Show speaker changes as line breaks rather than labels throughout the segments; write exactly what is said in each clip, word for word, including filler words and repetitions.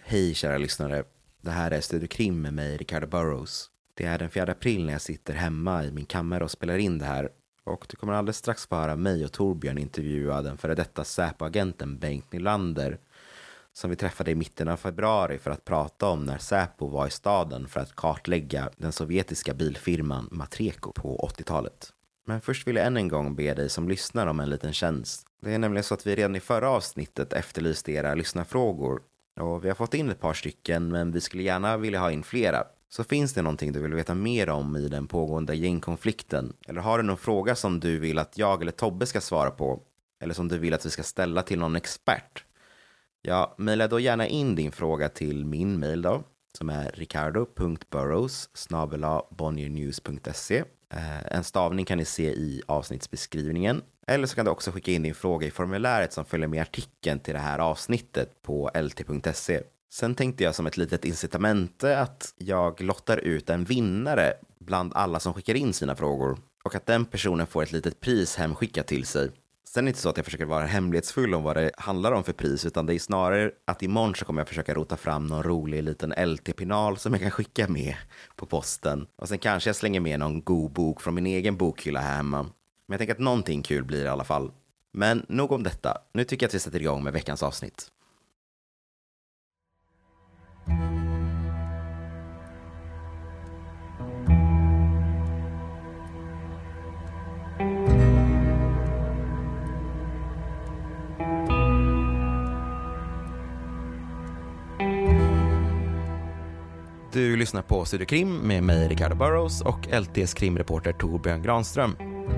Hej kära lyssnare, det här är Studio Krim med mig, Ricardo Burrows. Det är den fjärde april när jag sitter hemma i min kammare och spelar in det här. Och du kommer alldeles strax få höra mig och Torbjörn intervjua den före detta Säpo-agenten Bengt Nylander, som vi träffade i mitten av februari för att prata om när Säpo var i staden för att kartlägga den sovjetiska bilfirman Matreko på åttiotalet. Men först vill jag än en gång be dig som lyssnar om en liten tjänst. Det är nämligen så att vi redan i förra avsnittet efterlyste era lyssnarfrågor. Och vi har fått in ett par stycken, men vi skulle gärna vilja ha in flera. Så finns det någonting du vill veta mer om i den pågående gängkonflikten? Eller har du någon fråga som du vill att jag eller Tobbe ska svara på? Eller som du vill att vi ska ställa till någon expert? Ja, mejla då gärna in din fråga till min mejl då, som är ricardo punkt burrows snabel-a bonnier-news punkt se. En stavning kan ni se i avsnittsbeskrivningen. Eller så kan du också skicka in din fråga i formuläret som följer med artikeln till det här avsnittet på l t punkt se. Sen tänkte jag som ett litet incitament att jag lottar ut en vinnare bland alla som skickar in sina frågor. Och att den personen får ett litet pris hemskickat till sig. Sen är det inte så att jag försöker vara hemlighetsfull om vad det handlar om för pris, utan det är snarare att imorgon så kommer jag försöka rota fram någon rolig liten L T-pinal som jag kan skicka med på posten. Och sen kanske jag slänger med någon god bok från min egen bokhylla här hemma. Men jag tänker att någonting kul blir det i alla fall. Men nog om detta. Nu tycker jag att vi sätter igång med veckans avsnitt. Du lyssnar på Studio Krim med mig, Ricardo Burrows, och L T:s krimreporter Torbjörn Granström.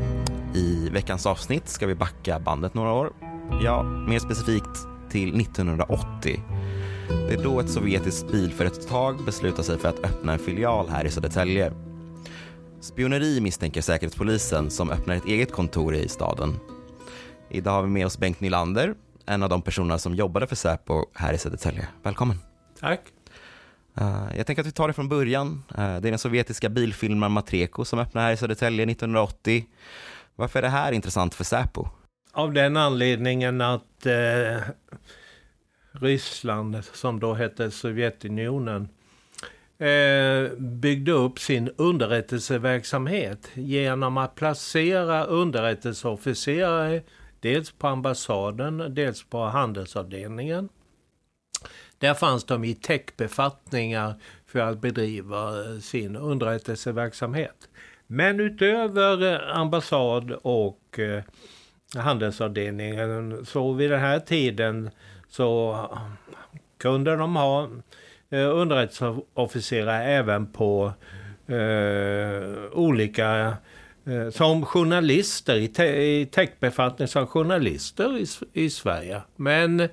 I veckans avsnitt ska vi backa bandet några år. Ja, mer specifikt till nittonhundraåttio. Det är då ett sovjetiskt bilföretag beslutar sig för att öppna en filial här i Södertälje. Spioneri misstänker säkerhetspolisen som öppnar ett eget kontor i staden. Idag har vi med oss Bengt Nylander, en av de personer som jobbade för Säpo här i Södertälje. Välkommen.
Tack.
Uh, jag tänker att vi tar det från början. Uh, det är den sovjetiska bilfirman Matreko som öppnar här i Södertälje nittonhundraåttio. Varför är det här intressant för Säpo?
Av den anledningen att eh, Ryssland, som då hette Sovjetunionen, eh, byggde upp sin underrättelseverksamhet genom att placera underrättelseofficerare dels på ambassaden, dels på handelsavdelningen. Där fanns de i techbefattningar för att bedriva sin underrättelseverksamhet. Men utöver ambassad och eh, handelsavdelningen så vid den här tiden så kunde de ha eh, underrättelseofficerare även på eh, olika eh, som journalister i, te- i techbefattning som journalister i, i Sverige. Men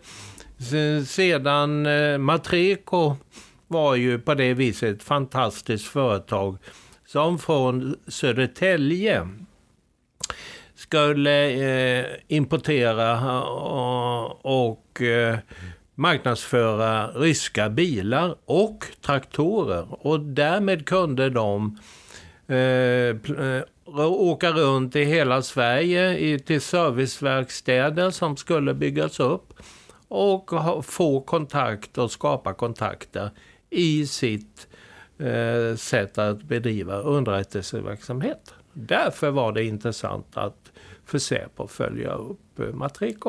sedan eh, Matreko var ju på det viset ett fantastiskt företag som från Södertälje skulle eh, importera och, och eh, marknadsföra ryska bilar och traktorer. Och därmed kunde de eh, åka runt i hela Sverige i, till serviceverkstäder som skulle byggas upp. Och få kontakt och skapa kontakter i sitt eh, sätt att bedriva underrättelseverksamhet. Därför var det intressant att för Säpo följa upp eh, Matreko.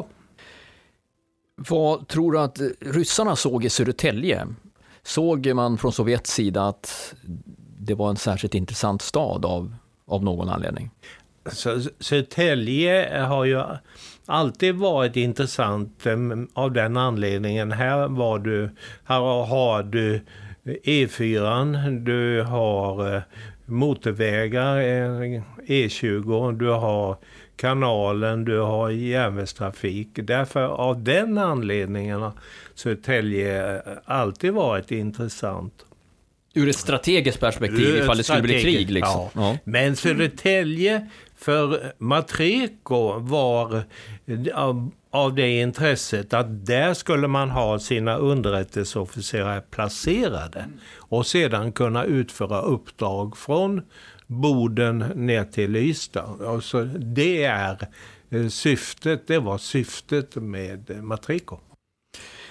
Vad tror du att ryssarna såg i Södertälje? Såg man från Sovjets sida att det var en särskilt intressant stad av, av någon anledning?
Så, Södertälje har ju alltid varit intressant um, av den anledningen. Här var du, här har du E fyra, du har uh, motorvägar, uh, E tjugo, du har kanalen, du har järnvägstrafik. Därför av den anledningen har Södertälje alltid varit intressant.
Ur ett strategiskt perspektiv
Ur
ifall det skulle bli krig liksom.
Ja.
Ja.
Men Södertälje för Matreko var av, av det intresset att där skulle man ha sina underrättelseofficerare placerade och sedan kunna utföra uppdrag från Boden ner till Ystad. Alltså det är syftet, det var syftet med Matreko.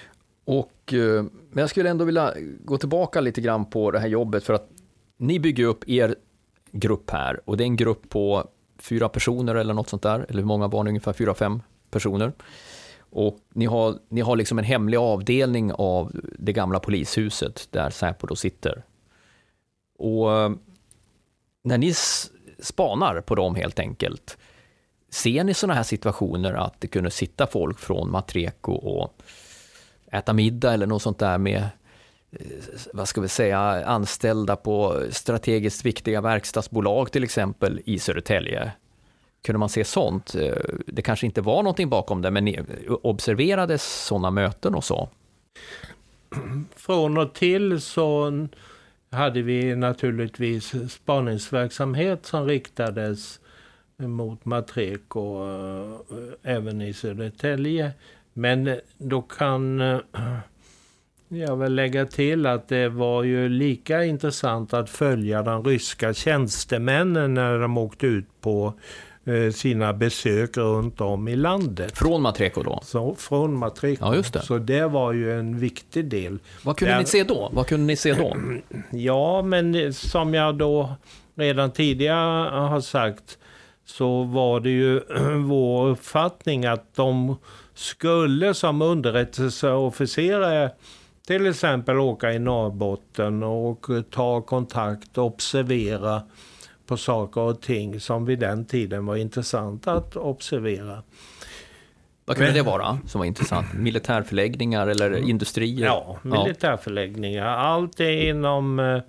Och, eh, men jag skulle ändå vilja gå tillbaka lite grann på det här jobbet, för att ni bygger upp er grupp här, och det är en grupp på fyra personer eller något sånt där, eller hur många var ni? Ungefär fyra, fem personer. Och ni har, ni har liksom en hemlig avdelning av det gamla polishuset där Säpo då sitter. Och eh, när ni spanar på dem helt enkelt, ser ni sådana här situationer att det kunde sitta folk från Matreko och äta middag eller något sånt där med, vad ska vi säga, anställda på strategiskt viktiga verkstadsbolag till exempel i Södertälje? Kunde man se sånt? Det kanske inte var någonting bakom det, men ni observerades sådana möten och så?
Från och till så hade vi naturligtvis spaningsverksamhet som riktades mot Matreko även i Södertälje. Men då kan jag väl lägga till att det var ju lika intressant att följa de ryska tjänstemännen när de åkte ut på sina besök runt om i landet.
Från Matreko då?
Så, från Matreko.
Ja, just det.
Så det var ju en viktig del.
Vad kunde
Där...
ni se då? Vad kunde ni se då?
Ja, men som jag då redan tidigare har sagt, så var det ju vår uppfattning att de skulle som underrättelseofficerare till exempel åka i Norrbotten och ta kontakt och observera på saker och ting som vid den tiden var intressant att observera.
Vad kunde
Men, det
vara som var intressant? Militärförläggningar eller industrier?
Ja, militärförläggningar. Allt är inom eh,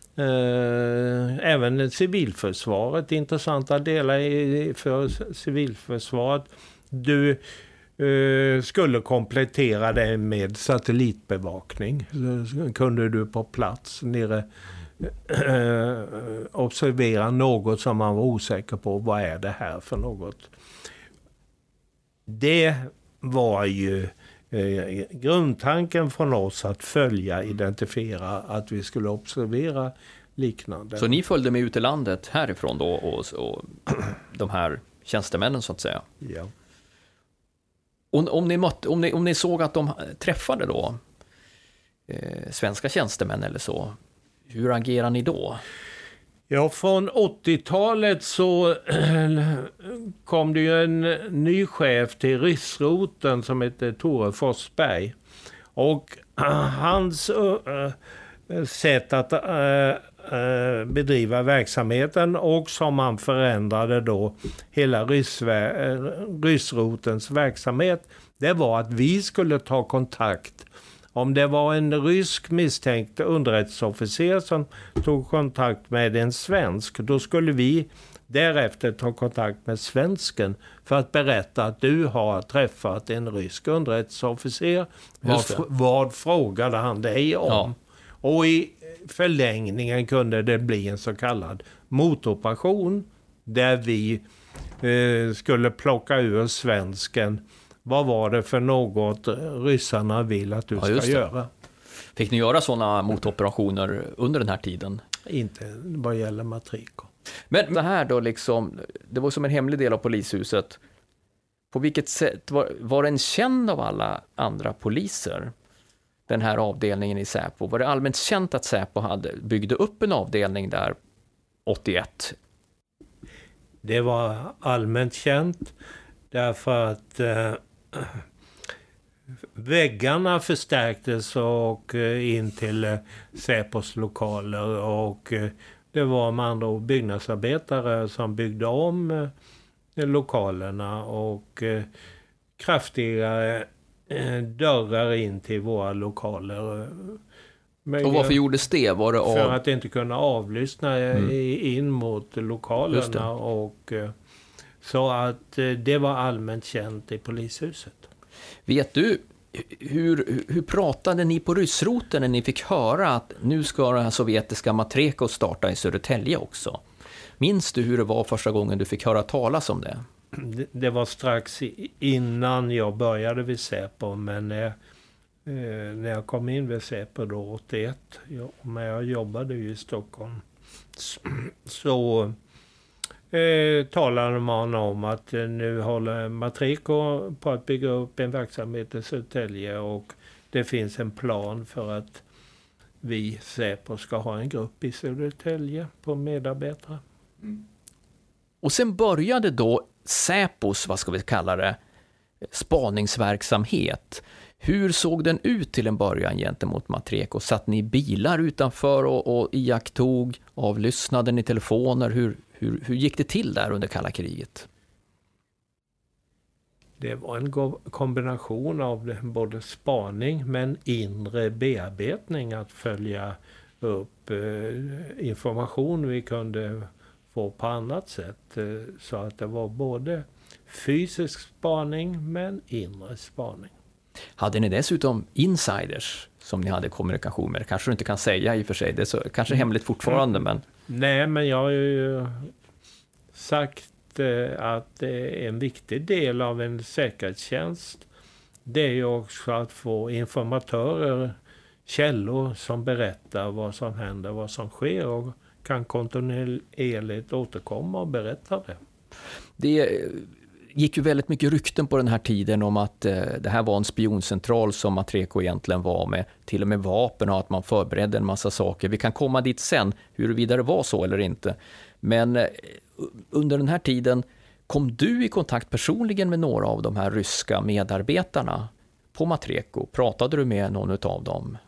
även civilförsvaret. Intressanta delar i, för civilförsvaret. Du eh, skulle komplettera det med satellitbevakning. Så kunde du på plats nere eh, observera något som man var osäker på. Vad är det här för något? Det var ju eh, grundtanken från oss att följa, identifiera, att vi skulle observera liknande.
Så ni följde med ut i landet härifrån då och, och de här tjänstemännen så att säga?
Ja.
Och, om, ni mötte, om, ni, om ni såg att de träffade då eh, svenska tjänstemän eller så, hur agerar ni då?
Ja, från åttiotalet så kom det ju en ny chef till ryssroten som heter Tore Forsberg. Och hans uh, sätt att uh, uh, bedriva verksamheten, och som han förändrade då hela ryssvä- uh, ryssrotens verksamhet, det var att vi skulle ta kontakt. Om det var en rysk misstänkt underrättelseofficer som tog kontakt med en svensk, då skulle vi därefter ta kontakt med svensken för att berätta att du har träffat en rysk underrättelseofficer. Vad, vad frågade han dig om? Ja. Och i förlängningen kunde det bli en så kallad motoperation där vi eh, skulle plocka ur svensken. Vad var det för något ryssarna vill att du ja, ska göra?
Fick ni göra sådana motoperationer under den här tiden?
Inte vad gäller Matreko.
Men det här då liksom, det var som en hemlig del av polishuset. På vilket sätt var, var den känd av alla andra poliser? Den här avdelningen i Säpo. Var det allmänt känt att Säpo hade byggde upp en avdelning där åttioett?
Det var allmänt känt därför att eh, väggarna förstärktes och eh, in till eh, Säpos lokaler, och eh, det var med andra ord byggnadsarbetare som byggde om eh, lokalerna, och eh, kraftiga eh, dörrar in till våra lokaler. Men,
och varför gjordes det? Var det av...
För att inte kunna avlyssna mm. in mot lokalerna, och eh, så att eh, det var allmänt känt i polishuset.
Vet du, hur, hur pratade ni på ryssroten när ni fick höra att nu ska den här sovjetiska Matreko starta i Södertälje också? Minns du hur det var första gången du fick höra talas om det?
Det, det var strax innan jag började vid Säpo, men när, eh, när jag kom in vid Säpo då åttioett, jag, men jag jobbade ju i Stockholm, så, så eh, talade man om att eh, nu håller Matreko på att bygga upp en verksamhet i Södertälje, och det finns en plan för att vi Säpo ska ha en grupp i Södertälje på medarbetare.
Mm. Och sen började då Säpos, vad ska vi kalla det, spaningsverksamhet. Hur såg den ut till en början gentemot Matreko? Satt ni bilar utanför och, och iakttog, avlyssnade ni telefoner? Hur, hur, hur gick det till där under kalla kriget?
Det var en kombination av både spaning men inre bearbetning, att följa upp eh, information vi kunde få på annat sätt. Eh, så att det var både fysisk spaning men inre spaning. Hade
ni dessutom insiders som ni hade kommunikation med? Det kanske du inte kan säga i och för sig, det är så, kanske hemligt fortfarande. Men...
Nej, men jag har ju sagt att det är en viktig del av en säkerhetstjänst. Det är ju också att få informatörer, källor som berättar vad som händer, vad som sker och kan kontinuerligt återkomma och berätta det.
Det gick ju väldigt mycket rykten på den här tiden om att eh, det här var en spioncentral som Matreko egentligen var med, till och med vapen och att man förberedde en massa saker. Vi kan komma dit sen, huruvida det var så eller inte. Men eh, under den här tiden kom du i kontakt personligen med några av de här ryska medarbetarna på Matreko? Pratade du med någon av dem?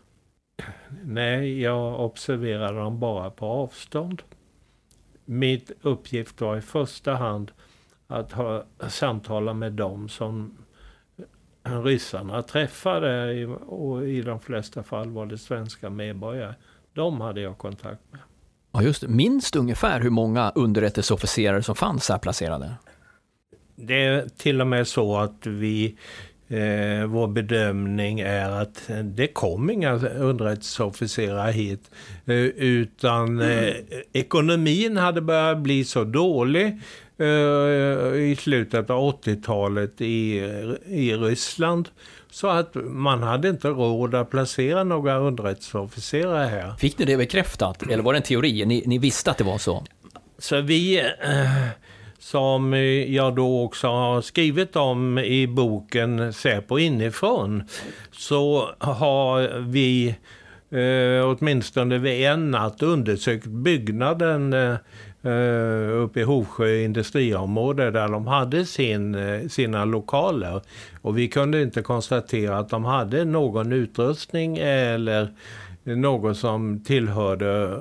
Nej, jag observerade dem bara på avstånd. Mitt uppgift var i första hand att ha, samtala med dem som ryssarna träffade, och i de flesta fall var det svenska medborgare. De hade jag kontakt med.
Ja, just det. Minst ungefär hur många underrättelseofficerare som fanns här placerade?
Det är till och med så att vi, eh, vår bedömning är att det kom inga underrättelseofficerare hit, eh, utan eh, ekonomin hade börjat bli så dålig eh, i slutet av åttiotalet i, i Ryssland, så att man hade inte råd att placera några underrättelseofficerare här.
Fick ni det bekräftat? Eller var det en teori? Ni, ni visste att det var så?
Så vi, eh, som jag då också har skrivit om i boken Säpo inifrån, så har vi eh, åtminstone vid en natt undersökt byggnaden eh, uppe i Hovsjö industriområde där de hade sin, sina lokaler, och vi kunde inte konstatera att de hade någon utrustning eller något som tillhörde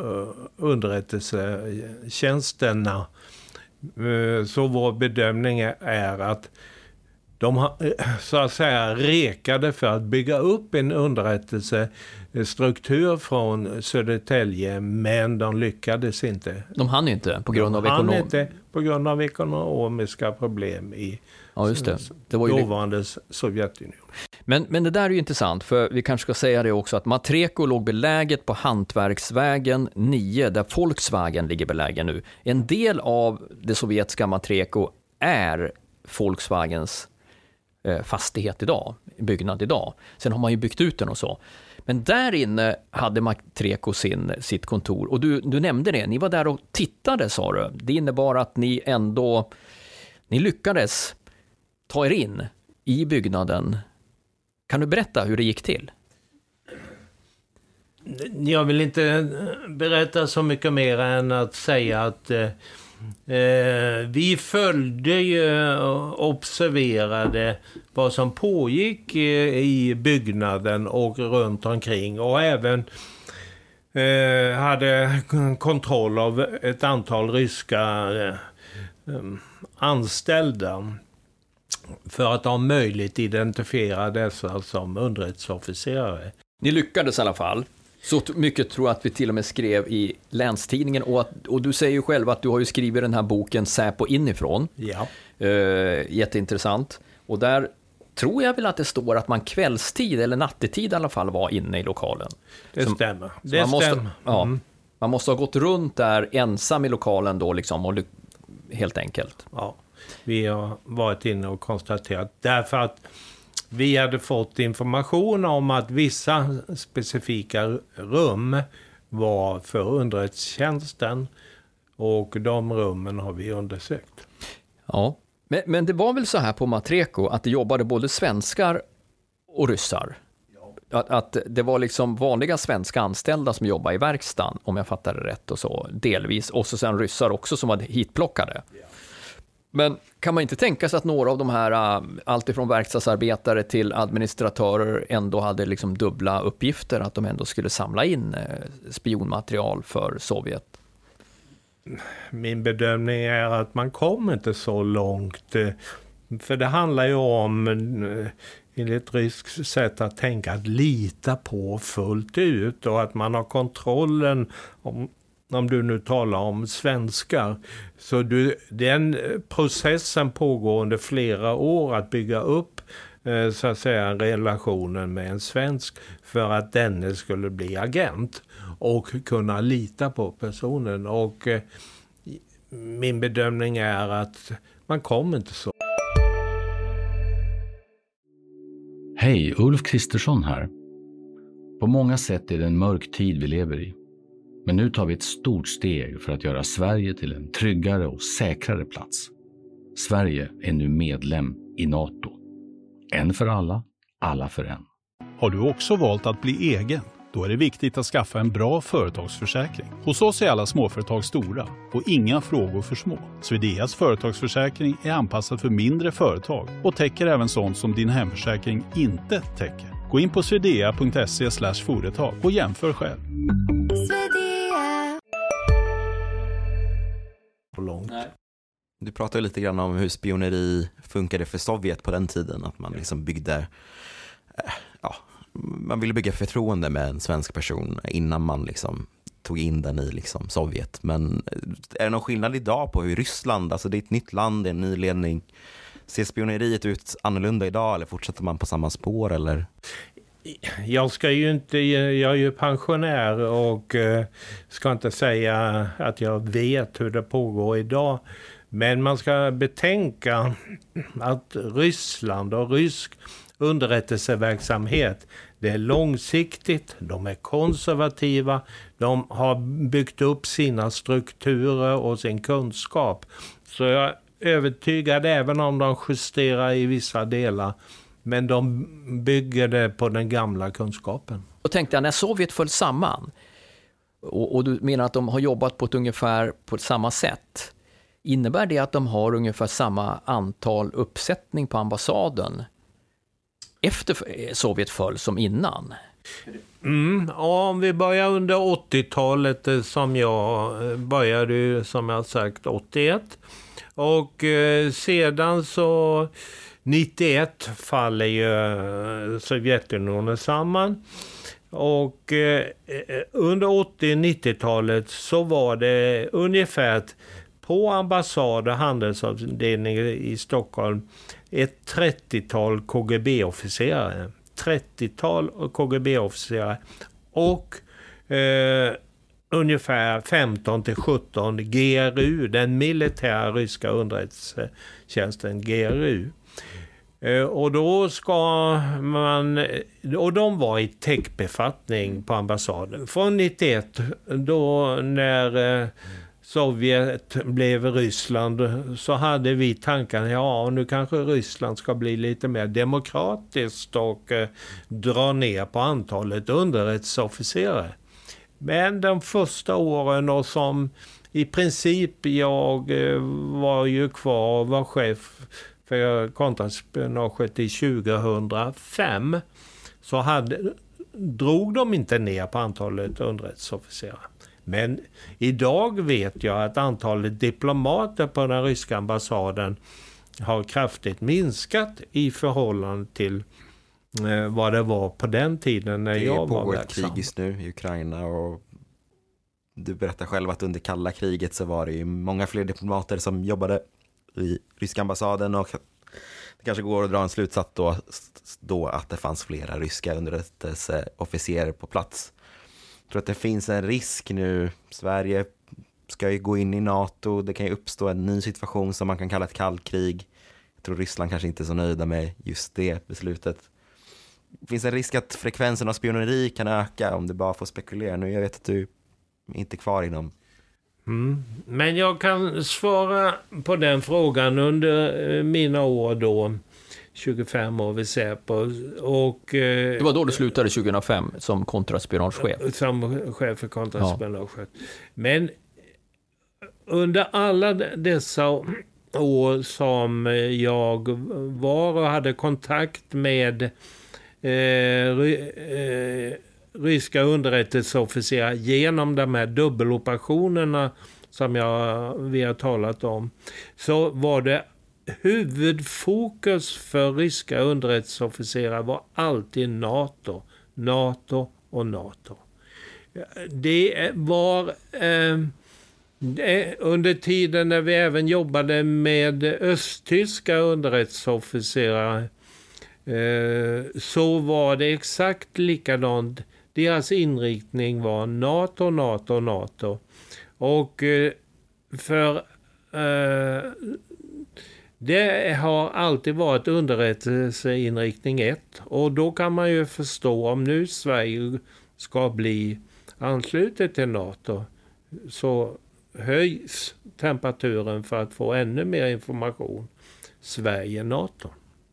underrättelsetjänsterna. Så vår bedömning är att de så att säga rekade för att bygga upp en underrättelsestruktur från Södertälje, men de lyckades inte.
De hann inte på grund av
de
ekonom...
inte på grund av ekonomiska problem i
ja, just det. Det var ju
dåvarande Sovjetunionen.
Men, men det där är ju intressant, för vi kanske ska säga det också, att Matreko låg beläget på Hantverksvägen nio, där Volkswagen ligger belägen nu. En del av det sovjetiska Matreko är Volkswagens eh, fastighet idag, byggnad idag. Sen har man ju byggt ut den och så. Men där inne hade Matreko sin, sitt kontor, och du, du nämnde det, ni var där och tittade, sa du. Det innebar att ni ändå, ni lyckades ta er in i byggnaden. Kan du berätta hur det gick till?
Jag vill inte berätta så mycket mer än att säga att eh, vi följde ju och observerade vad som pågick i byggnaden och runt omkring, och även eh, hade kontroll av ett antal ryska eh, anställda för att ha möjlighet identifiera dessa som underrättelseofficerare.
Ni lyckades i alla fall. Så mycket tror jag att vi till och med skrev i Länstidningen, och, att, och du säger ju själv att du har ju skrivit den här boken Säpo inifrån.
Ja.
Uh, jätteintressant. Och där tror jag väl att det står att man kvällstid eller nattetid i alla fall var inne i lokalen.
Det
så,
stämmer.
Så
det
man, måste,
stämmer.
ja,
Mm.
man måste ha gått runt där ensam i lokalen då liksom, och helt enkelt.
Ja, vi har varit inne och konstaterat, därför att vi hade fått information om att vissa specifika rum var för underrättelsetjänsten, och de rummen har vi undersökt.
Ja, men, men det var väl så här på Matreko att det jobbade både svenskar och ryssar? Att, att det var liksom vanliga svenska anställda som jobbade i verkstaden, om jag fattar det rätt, och så delvis. Och så sen ryssar också som var hitplockade. Men kan man inte tänka sig att några av de här, alltifrån verkstadsarbetare till administratörer, ändå hade liksom dubbla uppgifter, att de ändå skulle samla in spionmaterial för Sovjet?
Min bedömning är att man kommer inte så långt. För det handlar ju om, enligt ryskt sätt att tänka, att lita på fullt ut och att man har kontrollen om, om du nu talar om svenskar. Så du, den processen pågår under flera år att bygga upp så att säga relationen med en svensk för att denne skulle bli agent och kunna lita på personen. Och min bedömning är att man kommer inte så.
Hej, Ulf Kristersson här. På många sätt är det en mörk tid vi lever i. Men nu tar vi ett stort steg för att göra Sverige till en tryggare och säkrare plats. Sverige är nu medlem i NATO. En för alla, alla för en.
Har du också valt att bli egen? Då är det viktigt att skaffa en bra företagsförsäkring. Hos oss är alla småföretag stora och inga frågor för små. Swedeas företagsförsäkring är anpassad för mindre företag och täcker även sånt som din hemförsäkring inte täcker. Gå in på swedea punkt se slash företag och jämför själv.
Du pratade lite grann om hur spioneri funkade för Sovjet på den tiden. Att man liksom byggde... Ja, man ville bygga förtroende med en svensk person innan man liksom tog in den i liksom Sovjet. Men är det någon skillnad idag på hur Ryssland, alltså det är ett nytt land, det är en ny ledning. Ser spioneriet ut annorlunda idag eller fortsätter man på samma spår eller?
Jag ska ju inte, jag är ju pensionär och ska inte säga att jag vet hur det pågår idag. Men man ska betänka att Ryssland och rysk underrättelseverksamhet, det är långsiktigt, de är konservativa, de har byggt upp sina strukturer och sin kunskap. Så jag är övertygad även om de justerar i vissa delar, men de bygger det på den gamla kunskapen.
Och tänkte jag, när Sovjet föll samman, och, och du menar att de har jobbat på ett ungefär på samma sätt, innebär det att de har ungefär samma antal uppsättning på ambassaden efter Sovjet föll som innan?
Mm, om vi börjar under åttiotalet, som jag började som jag sagt åttioett, och eh, sedan så nittioett faller ju Sovjetunionen samman, och eh, under åttio- och nittiotalet så var det ungefär på ambassad och handelsavdelningen i Stockholm ett trettiotal K G B-officerare. trettiotal K G B-officerare och eh, ungefär femton till sjutton G R U, den militära ryska underrättelsetjänsten G R U. Eh, och då ska man, och de var i täckbefattning på ambassaden. Från nittioett, då när eh, Sovjet blev Ryssland, så hade vi tanken, ja nu kanske Ryssland ska bli lite mer demokratiskt och eh, dra ner på antalet underrättelseofficerare. Men de första åren, och som i princip jag eh, var ju kvar och var chef för kontraspionaget i tjugohundrafem, så hade, drog de inte ner på antalet underrättelseofficerare. Men idag vet jag att antalet diplomater på den ryska ambassaden har kraftigt minskat i förhållande till eh, vad det var på den tiden när jag var verksam. Det pågår ett
krig just nu i Ukraina, och du berättar själv att under kalla kriget så var det ju många fler diplomater som jobbade i ryska ambassaden, och det kanske går att dra en slutsats då, då att det fanns flera ryska underrättelseofficerare på plats. Jag tror att det finns en risk nu. Sverige ska ju gå in i NATO. Det kan ju uppstå en ny situation som man kan kalla ett kallkrig. Jag tror Ryssland kanske inte är så nöjda med just det beslutet. Det finns en risk att frekvensen av spioneri kan öka om du bara får spekulera nu. Jag vet att du inte är kvar inom.
Mm. Men jag kan svara på den frågan. Under mina år då, tjugofem år vid Säpo. Och, eh,
det var då du slutade tjugohundrafem som kontraspionagechef?
Som chef för kontraspionage. Ja. Men under alla dessa år som jag var och hade kontakt med eh, ry, eh, ryska underrättelseofficerare genom de här dubbeloperationerna som jag, vi har talat om, så var det huvudfokus för ryska underrättelseofficerare var alltid NATO. NATO och NATO. Det var eh, det, under tiden när vi även jobbade med östtyska underrättelseofficerare eh, så var det exakt likadant. Deras inriktning var NATO, NATO, NATO. Och eh, för eh, det har alltid varit underrättelseinriktning ett. Och då kan man ju förstå om nu Sverige ska bli anslutet till NATO så höjs temperaturen för att få ännu mer information. Sverige-NATO.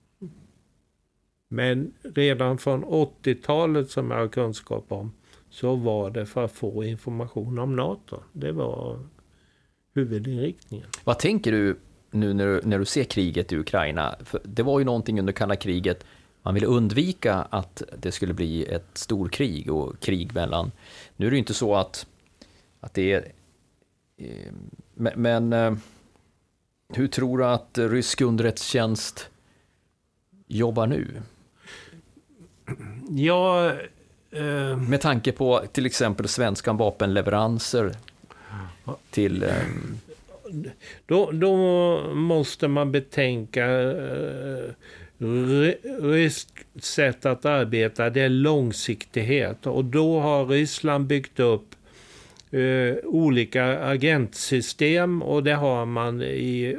Men redan från åttiotalet som jag har kunskap om så var det för att få information om NATO. Det var huvudinriktningen.
Vad tänker du nu när du, när du ser kriget i Ukraina? För det var ju någonting under kalla kriget. Man ville undvika att det skulle bli ett storkrig och krig mellan. Nu är det ju inte så att, att det är... Eh, men eh, hur tror du att rysk underrättelsetjänst jobbar nu?
Ja... Eh,
Med tanke på till exempel svenska vapenleveranser till... Eh,
Då, då måste man betänka eh, ryskt sätt att arbeta, det är långsiktighet. Och då har Ryssland byggt upp eh, olika agentsystem och det har man i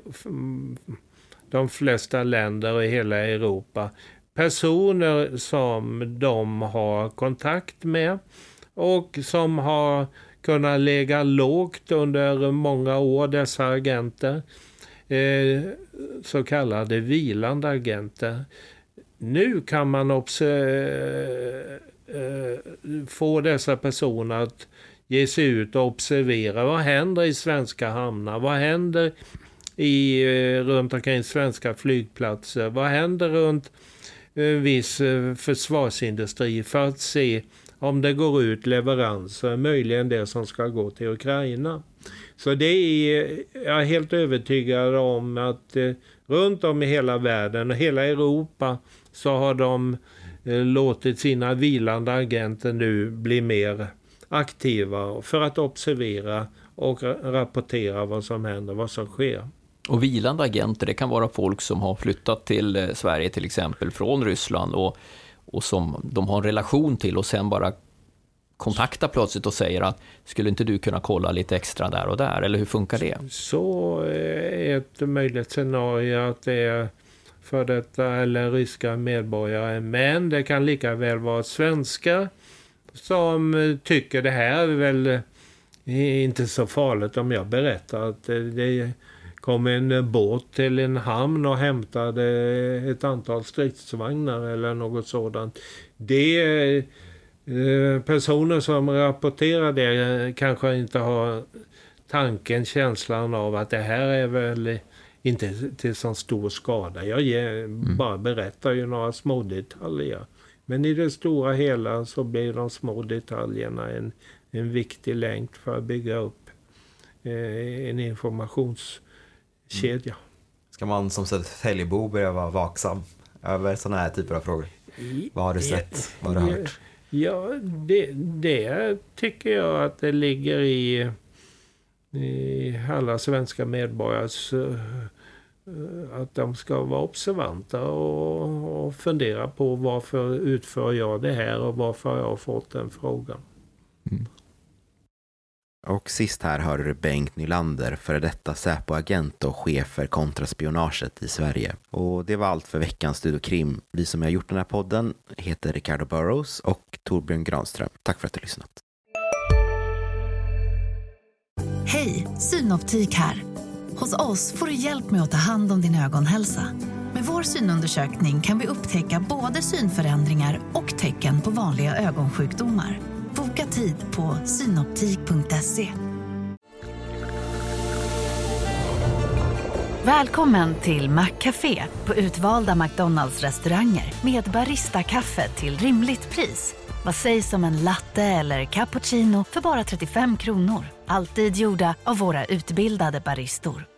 de flesta länder i hela Europa. Personer som de har kontakt med och som har kunna lägga lågt under många år, dessa agenter. Eh, så kallade vilande agenter. Nu kan man obser- eh, få dessa personer att ge sig ut och observera vad händer i svenska hamnar, vad händer i, eh, runt omkring svenska flygplatser, vad händer runt eh, viss eh, försvarsindustri för att se om det går ut leveranser, möjligen det som ska gå till Ukraina. Så det är, jag är helt övertygad om att eh, runt om i hela världen och hela Europa så har de eh, låtit sina vilande agenter nu bli mer aktiva för att observera och rapportera vad som händer, vad som sker.
Och vilande agenter, det kan vara folk som har flyttat till eh, Sverige till exempel från Ryssland och och som de har en relation till och sen bara kontaktar plötsligt och säger att skulle inte du kunna kolla lite extra där och där, eller hur funkar det?
Så är ett möjligt scenario att det är för detta eller ryska medborgare, men det kan lika väl vara svenskar som tycker det här är väl inte så farligt om jag berättar att det kom en båt till en hamn och hämtade ett antal stridsvagnar eller något sådant. Det är personer som rapporterar det kanske inte har tanken, känslan av att det här är väl inte till sån stor skada. Jag ger, mm. bara berättar ju några små detaljer. Men i det stora hela så blir de små detaljerna en, en viktig länk för att bygga upp eh, en informations kedja. Mm.
Ska man som Södertäljebo börja vara vaksam över sådana här typer av frågor? Vad har du sett? Vad har du hört?
Ja, det, det tycker jag att det ligger i, i alla svenska medborgares att de ska vara observanta och, och fundera på varför utför jag det här och varför har jag fått den frågan. Mm.
Och sist här hörde du Bengt Nylander, före detta Säpo-agent och chef för kontraspionaget i Sverige. Och det var allt för veckans Studio Krim. Vi som har gjort den här podden heter Ricardo Burrows och Torbjörn Granström. Tack för att du har lyssnat.
Hej, Synoptik här. Hos oss får du hjälp med att ta hand om din ögonhälsa. Med vår synundersökning kan vi upptäcka både synförändringar och tecken på vanliga ögonsjukdomar. Boka tid på synoptik punkt se. Välkommen till Maccafé på utvalda McDonalds-restauranger med Barista-kaffe till rimligt pris. Vad sägs om en latte eller cappuccino för bara trettiofem kronor? Alltid gjorda av våra utbildade baristor.